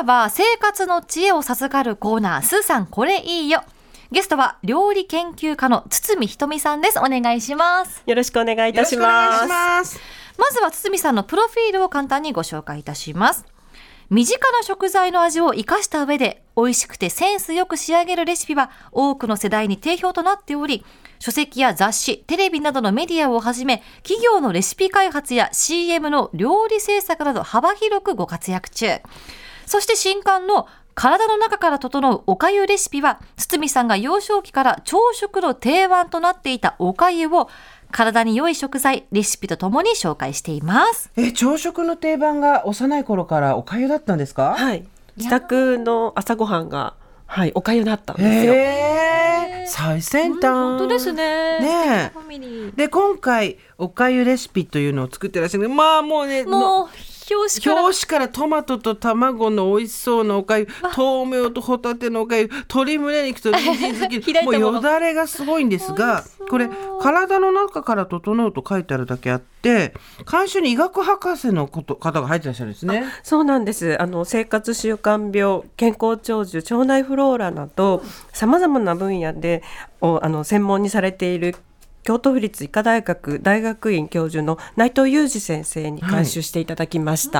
からは生活の知恵を授かるコーナー、スーさんこれいいよ。ゲストは料理研究家の堤ひとみさんです。お願いします。 よろしくお願いいたします。 まずは堤さんのプロフィールを簡単にご紹介いたします。身近な食材の味を生かした上で美味しくてセンスよく仕上げるレシピは多くの世代に定評となっており、書籍や雑誌、テレビなどのメディアをはじめ、企業のレシピ開発や CM の料理制作など幅広くご活躍中。そして新刊の体の中から整うおかゆレシピは、堤さんが幼少期から朝食の定番となっていたおかゆを体に良い食材、レシピとともに紹介しています。 朝食の定番が幼い頃からおかゆだったんですか？ はい。自宅の朝ごはんが、はい、おかゆだったんですよ。 最先端、 本当ですね。 ねえ。で今回おかゆレシピというのを作ってらっしゃる。まあもうね、表紙からトマトと卵の美味しそうなおかゆ、豆苗とホタテのおかゆ、鶏胸肉と人参漬けもうよだれがすごいんですが、これ体の中から整うと書いてあるだけあって、監修に医学博士の方が入ってらっしゃるんですね。 そうなんです。生活習慣病、健康長寿、腸内フローラなどさまざまな分野で専門にされている京都府立医科大学大学院教授の内藤裕二先生に監修していただきました。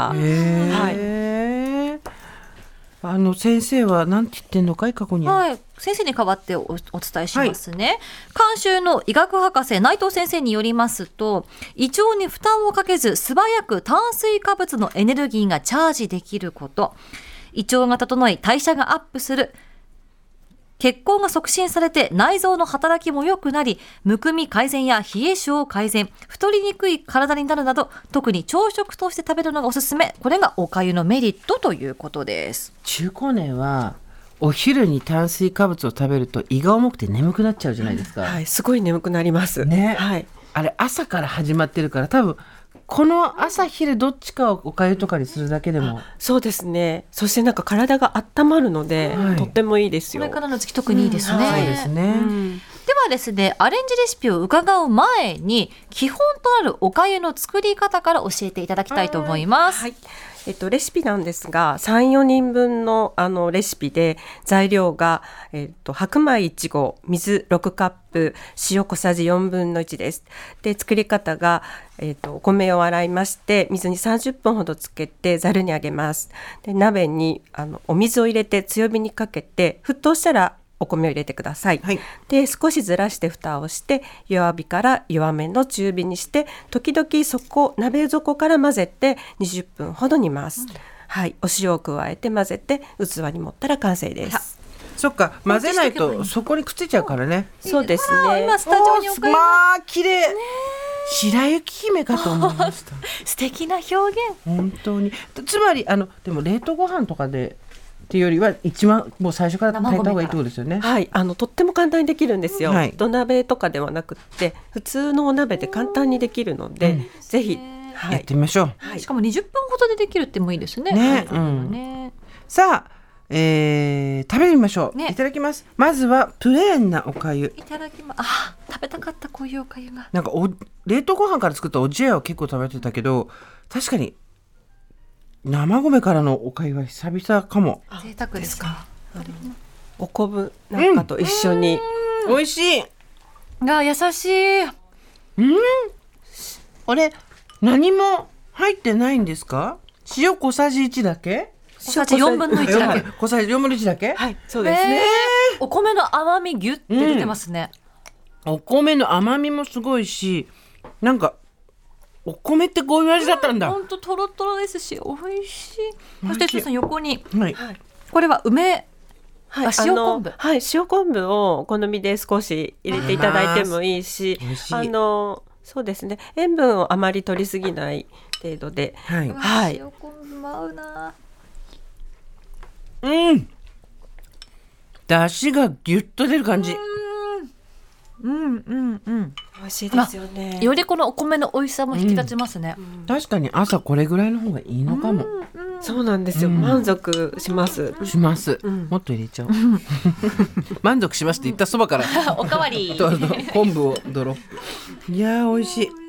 先生は何て言ってんのかい、過去に。 先生に代わってお伝えしますね。監修の医学博士内藤先生によりますと、胃腸に負担をかけず素早く炭水化物のエネルギーがチャージできること、胃腸が整い代謝がアップする、血行が促進されて内臓の働きも良くなり、むくみ改善や冷え性改善、太りにくい体になるなど、特に朝食として食べるのがおすすめ。これがおかゆのメリットということです。 中高年はお昼に炭水化物を食べると胃が重くて眠くなっちゃうじゃないですか。 はい、すごい眠くなりますね。 はい、 あれ朝から始まってるから、多分この朝昼どっちかをおかゆとかにするだけでも。 そうですね。そしてなんか体が温まるので、とってもいいですよ。 これからの時期特にいいですね。 そうですね。 ではですね、アレンジレシピを伺う前に基本となるおかゆの作り方から教えていただきたいと思います。 レシピなんですが 3,4 人分のレシピで、材料が、白米1合、水6カップ、塩小さじ4分の1です。で作り方が、お米を洗いまして水に30分ほどつけてざるにあげます。で鍋にお水を入れて強火にかけて、沸騰したらお米を入れてください。で少しずらして蓋をして弱火から弱めの中火にして、時々鍋底から混ぜて20分ほど煮ます。お塩を加えて混ぜて器に盛ったら完成です。 そっか、混ぜないとそこにくっついちゃうからね。 そうですね。 今スタジオにおかゆ、 綺麗、白雪姫かと思いました素敵な表現。 本当に。つまりでも冷凍ご飯とかでっていうよりは一番もう最初から炊いた方がいいってことですよね。 とっても簡単にできるんですよ。土鍋とかではなくって普通のお鍋で簡単にできるので、ぜひ、 やってみましょう。しかも20分ほどでできるってもいいですね。 さあ、食べてみましょう。いただきます。まずはプレーンなおかゆ。 いただきます。食べたかった、こういうおかゆが。 なんか冷凍ご飯から作ったおじやは結構食べてたけど、確かに生米からのおかゆは久々かも。 贅沢ですか。 お昆布なんかと一緒に、 美味しい。 優しい。 あれ何も入ってないんですか？塩小さじ1だけ？ 小さじ4分の1だけ。 小さじ4分の1だけ？ はい、そうですね。 お米の甘みギュッて出てますね。 お米の甘みもすごいし、なんかお米ってこういう味だったんだ。 ほんとトロトロですし美味しい。そしてつさん横に、これは塩昆布。 塩昆布をお好みで少し入れていただいてもいいし、そうですね、塩分をあまり取りすぎない程度で。 塩昆布も合うな。 出汁がギュッと出る感じ。 美味しいですよね。 よりこのお米の美味しさも引き立ちますね。 確かに朝これぐらいの方がいいのかも。 そうなんですよ。満足します。 もっと入れちゃおう。満足しますって言ったそばからおかわり。 昆布をドロップ。いや美味しい。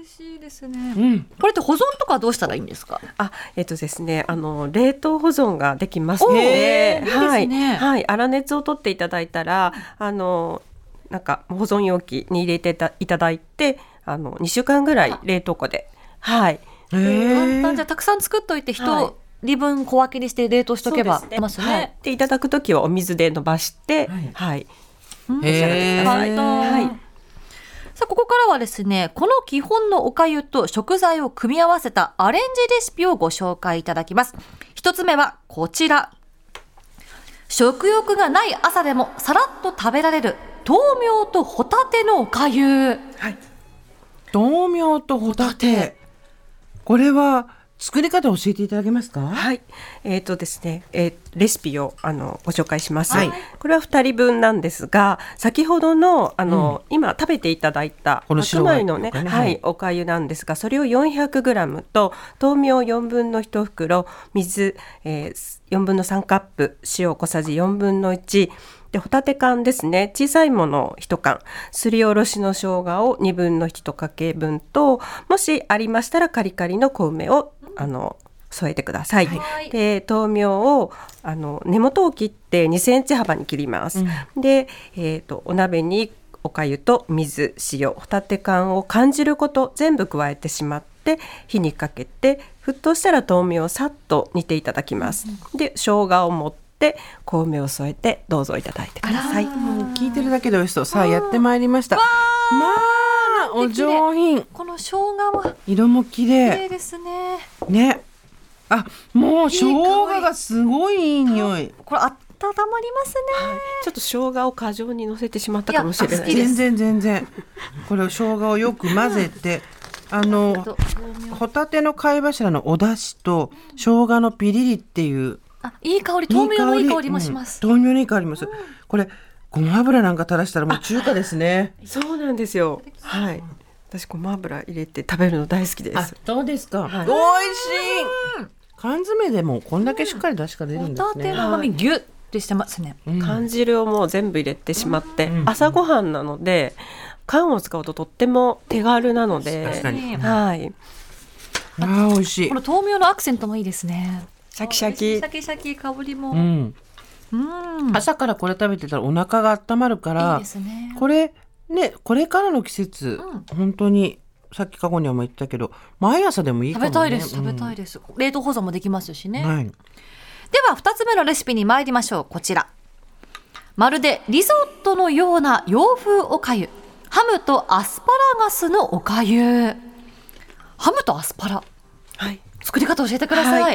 ですね。これって保存とかどうしたらいいんですか？ ですね、冷凍保存ができますので、はい、はい、粗熱を取っていただいたら、なんか保存容器に入れていただいて、2週間ぐらい冷凍庫で、はい。 簡単。じゃあたくさん作っといて1人分小分けにして冷凍しとけば出ますね。はい、 でいただくときはお水で伸ばして、はい。 簡単。はい。さあここからはですね、この基本のお粥と食材を組み合わせたアレンジレシピをご紹介いただきます。一つ目はこちら。食欲がない朝でもさらっと食べられる豆苗とホタテのお粥。はい。 豆苗とホタテ。これは作り方を教えていただけますか？ はい。ですね、レシピをご紹介します。はい。これは2人分なんですが、先ほどの今食べていただいた白米のね、はい、お粥なんですが、それを 400g と豆苗4分の1袋、水、4分の3カップ、塩小さじ4分の1。でホタテ缶ですね、小さいものを1缶、すりおろしの生姜を2分の1かけ分と、もしありましたらカリカリの小梅を添えてください。はい、で豆苗を根元を切って2センチ幅に切ります。で、お鍋にお粥と水、塩、ホタテ缶を缶汁ごと全部加えてしまって火にかけて、沸騰したら豆苗をさっと煮ていただきます。で生姜を持って小梅を添えてどうぞいただいてください。 聞いてるだけで美味しそう。さあやってまいりました。まあお上品。 この生姜は色も綺麗ですね。 ね。もう生姜がすごいいい匂い。 これ温まりますね。 ちょっと生姜を過剰に乗せてしまったかもしれないです。 全然。これを生姜をよく混ぜて、ホタテの貝柱のお出汁と生姜のピリリっていういい香り、豆苗のいい香りもします。 豆苗のいい香りもする。これごま油なんか垂らしたらもう中華ですね。 そうなんですよ。はい。私ごま油入れて食べるの大好きです。 そうですか。はい、美味しい。缶詰でもこんだけしっかり出汁が出るんですね。 ホタテの甘みギュッてしてますね。 缶汁をもう全部入れてしまって、朝ごはんなので缶を使うととっても手軽なので、 確かに。 はい。 美味しい。 この豆苗のアクセントもいいですね。 シャキシャキシャキシャキ香りも、 朝からこれ食べてたらお腹が温まるから、 いいですね。 これね、これからの季節、本当にさっきカゴニャも言ったけど毎朝でもいいかもね。 食べたいです。冷凍保存もできますしね。 はい、 では2つ目のレシピに参りましょう。こちら、まるでリゾットのような洋風おかゆ、ハムとアスパラガスのおかゆ。ハムとアスパラ、はい、作り方教えてください。 はい、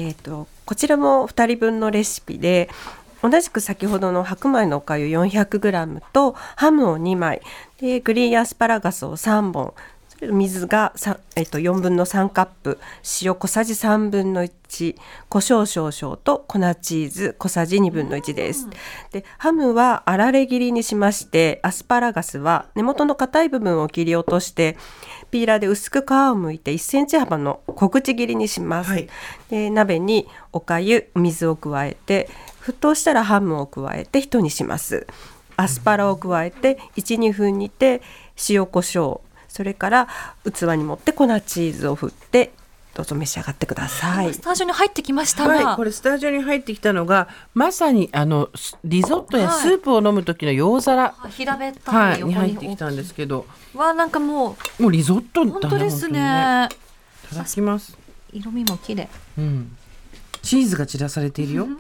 こちらも2人分のレシピで、同じく先ほどの白米のおかゆ 400g とハムを2枚で、グリーンアスパラガスを3本、水が4分の3カップ、塩小さじ3分の1、胡椒少々と粉チーズ小さじ2分の1です。でハムは粗れ切りにしまして、アスパラガスは根元の硬い部分を切り落としてピーラーで薄く皮を剥いて1センチ幅の小口切りにします。はい、で鍋におかゆ、水を加えて、沸騰したらハムを加えて一煮します。アスパラを加えて 1,2 分煮て、塩コショウ、それから器に盛って粉チーズを振ってどうぞ召し上がってください。 スタジオに入ってきましたが、 はい、これスタジオに入ってきたのがまさにリゾットやスープを飲む時の洋皿、 平べったいに入ってきたんですけど、 なんかもうリゾットだね。 本当ですね。 いただきます。 色味も綺麗。 チーズが散らされているよ。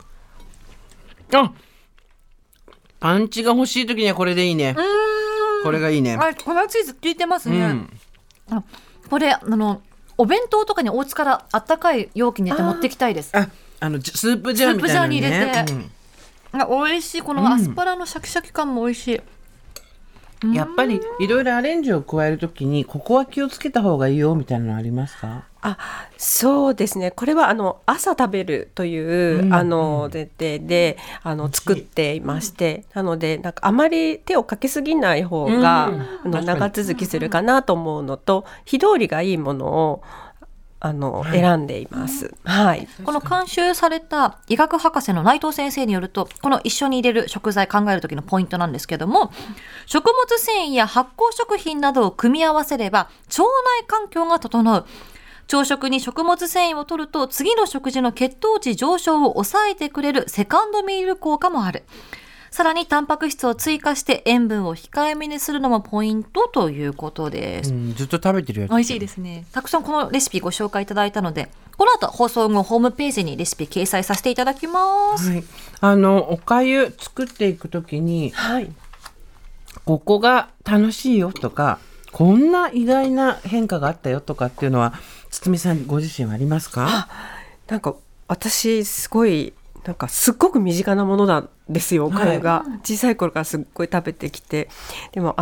パンチが欲しい時にはこれでいいね。これがいいね。 粉チーズ効いてますね。これお弁当とかにお家からあったかい容器に入れて持ってきたいです。 スープジャーみたいなのにね。 スープジャーに入れて、美味しい。このアスパラのシャキシャキ感も美味しい。 やっぱりいろいろアレンジを加えるときにここは気をつけた方がいいよみたいなのありますか？ そうですね。これは朝食べるという前提で作っていまして、なのでなんかあまり手をかけすぎない方が長続きするかなと思うのと、火通りがいいものを選んでいます。はい。 この監修された医学博士の内藤先生によると、この一緒に入れる食材考える時のポイントなんですけども、食物繊維や発酵食品などを組み合わせれば腸内環境が整う。朝食に食物繊維を摂ると次の食事の血糖値上昇を抑えてくれるセカンドミール効果もある。さらにタンパク質を追加して塩分を控えめにするのもポイントということです。 ずっと食べてるやつ。 美味しいですね。たくさんこのレシピご紹介いただいたので、この後放送後ホームページにレシピ掲載させていただきます。 はい、おかゆ作っていくときに、はい、ここが楽しいよとか、こんな意外な変化があったよとかっていうのは堤さんご自身はありますか？ なんか私すごく身近なものなんですよ、おかゆが。小さい頃からすっごい食べてきて、でも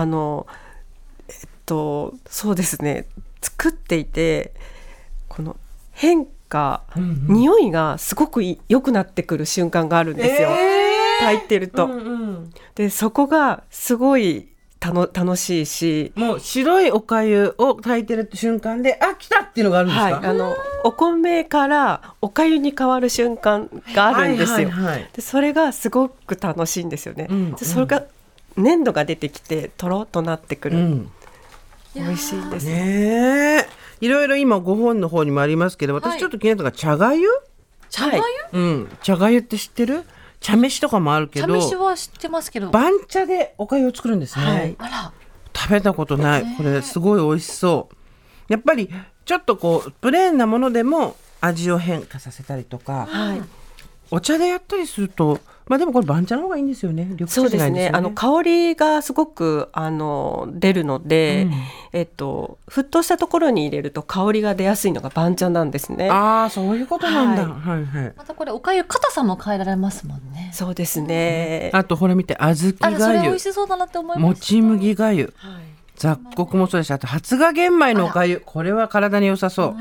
そうですね、作っていてこの変化、匂いがすごく良くなってくる瞬間があるんですよ、炊いてると、でそこがすごい楽しいし、 もう白いおかゆを炊いてる瞬間で来たっていうのがあるんですか？ はい、お米からおかゆに変わる瞬間があるんですよ、でそれがすごく楽しいんですよね、でそれが粘土が出てきてとろっとなってくる、美味しいですね。 いろいろ今ご本の方にもありますけど、私ちょっと気になったのが茶がゆ。 茶がゆ、 茶がゆって知ってる？茶飯とかもあるけど、 茶飯は知ってますけど、 番茶でおかゆを作るんですね、あら、食べたことない。これすごい美味しそう。やっぱりちょっとこうプレーンなものでも味を変化させたりとか、お茶でやったりすると、でもこれ番茶の方がいいんですよね。緑茶じゃないですよね。 そうですね、香りがすごく出るので、沸騰したところに入れると香りが出やすいのが番茶なんですね。 そういうことなんだ、 またこれおかゆ硬さも変えられますもんね。 そうですね、 あとこれ見て、小豆がゆ、 それ美味しそうだなって思いました。 もち麦がゆ、雑穀もそうですし、あと発芽玄米のおかゆ、これは体に良さそう、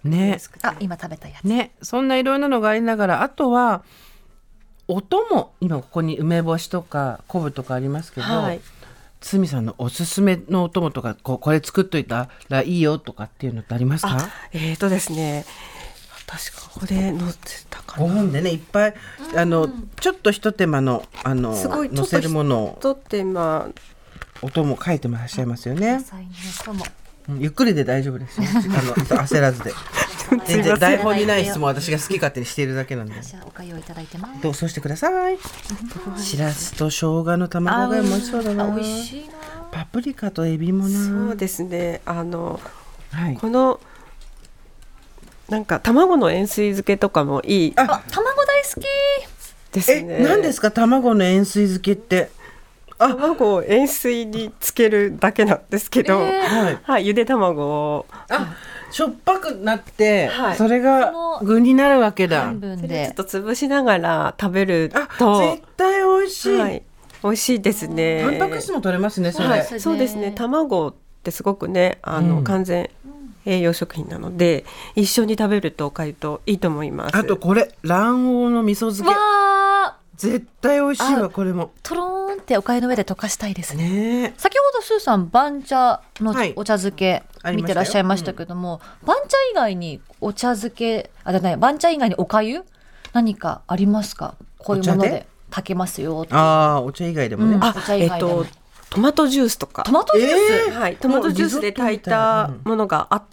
ね。 今食べたやつね。そんないろんなのがありながら、あとは音も今ここに梅干しとか昆布とかありますけど、堤さんのおすすめのお供とか、これ作っといたらいいよとかっていうのってありますか？ ですね、確かここで載せたかな。 ご本でね、いっぱいちょっと一手間のすごい載せるものを、 一手間音も書いてもらっしゃいますよね。ゆっくりで大丈夫ですよ。焦らずで。全然台本にない質問、私が好き勝手にしているだけなんで。 おかゆをいただいてます。 どうそうしてください。しらすと生姜の卵が美味しそうだな。 美味しいな。 パプリカとエビもな。 そうですね、このなんか卵の塩水漬けとかもいい。 卵大好きですね。 何ですか、卵の塩水漬けって？ 卵を塩水につけるだけなんですけど、ゆで卵をしょっぱくなって、それが具になるわけだ。 それちょっと潰しながら食べると絶対美味しい、 美味しいですね。 タンパク質も取れますね、それ。 そうですね、卵ってすごくね、完全栄養食品なので、一緒に食べるとおかゆといいと思います。 あとこれ卵黄の味噌漬け、絶対美味しいわ。これもとろーんっておかゆの上で溶かしたいですね。先ほどスーさん番茶のお茶漬け見てらっしゃいましたけども、番茶以外にお茶漬け番茶以外におかゆ何かありますか？こういうもので炊けますよって。 お茶以外でもね、 トマトジュースとか。 トマトジュース、 トマトジュースで炊いたものがあって、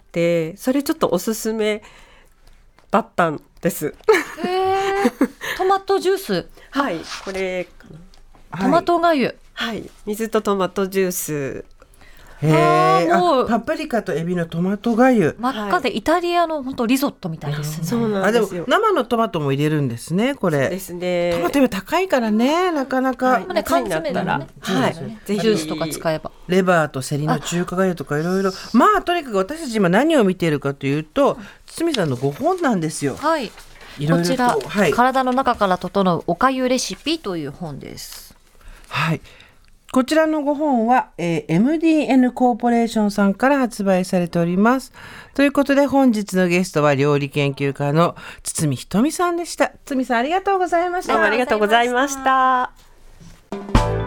それちょっとおすすめだったんです。 トマトジュース、 これトマトがゆ、 水とトマトジュース。 パプリカとエビのトマトがゆ、 真っ赤でイタリアの本当リゾットみたいですね。 そうなんですよ。 でも生のトマトも入れるんですね、これ。 そうですね。 トマト今高いからね、なかなか。 缶詰ならジュースとか使えば。 レバーとセリの中華がゆとかいろいろ。とにかく私たち今何を見ているかというと、堤さんのご本なんですよ。 こちら、体の中から整うおかゆレシピという本です。 こちらのご本は、MDN コーポレーションさんから発売されております。ということで本日のゲストは料理研究家の堤ひとみさんでした。堤さん、ありがとうございました。 ありがとうございました。